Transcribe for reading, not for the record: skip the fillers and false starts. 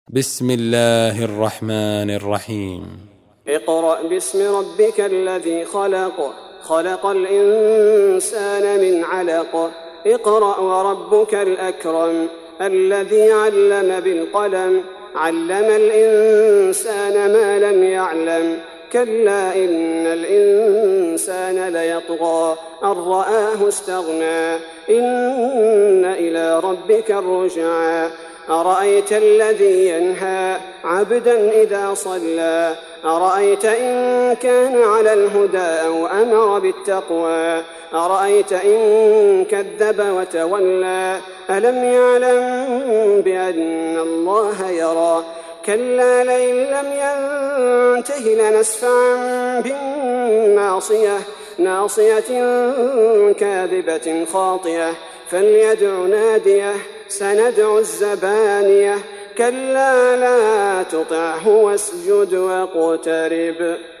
بسم الله الرحمن الرحيم. اقرأ باسم ربك الذي خلق، خلق الإنسان من علق. اقرأ وربك الأكرم الذي علم بالقلم، علم الإنسان ما لم يعلم. كلا إن الإنسان ليطغى أن رآه استغنى، إن إلى ربك الرجعى. أرأيت الذي ينهى عبدا إذا صلى، أرأيت إن كان على الهدى أو أمر بالتقوى، أرأيت إن كذب وتولى. ألم يعلم بأن الله يرى؟ كلا لئن لم ينته لنسفعا بالناصية، ناصية كاذبة خاطئة، فليدع ناديه. سندع الزبانية. كلا لا تطعه واسجد واقترب.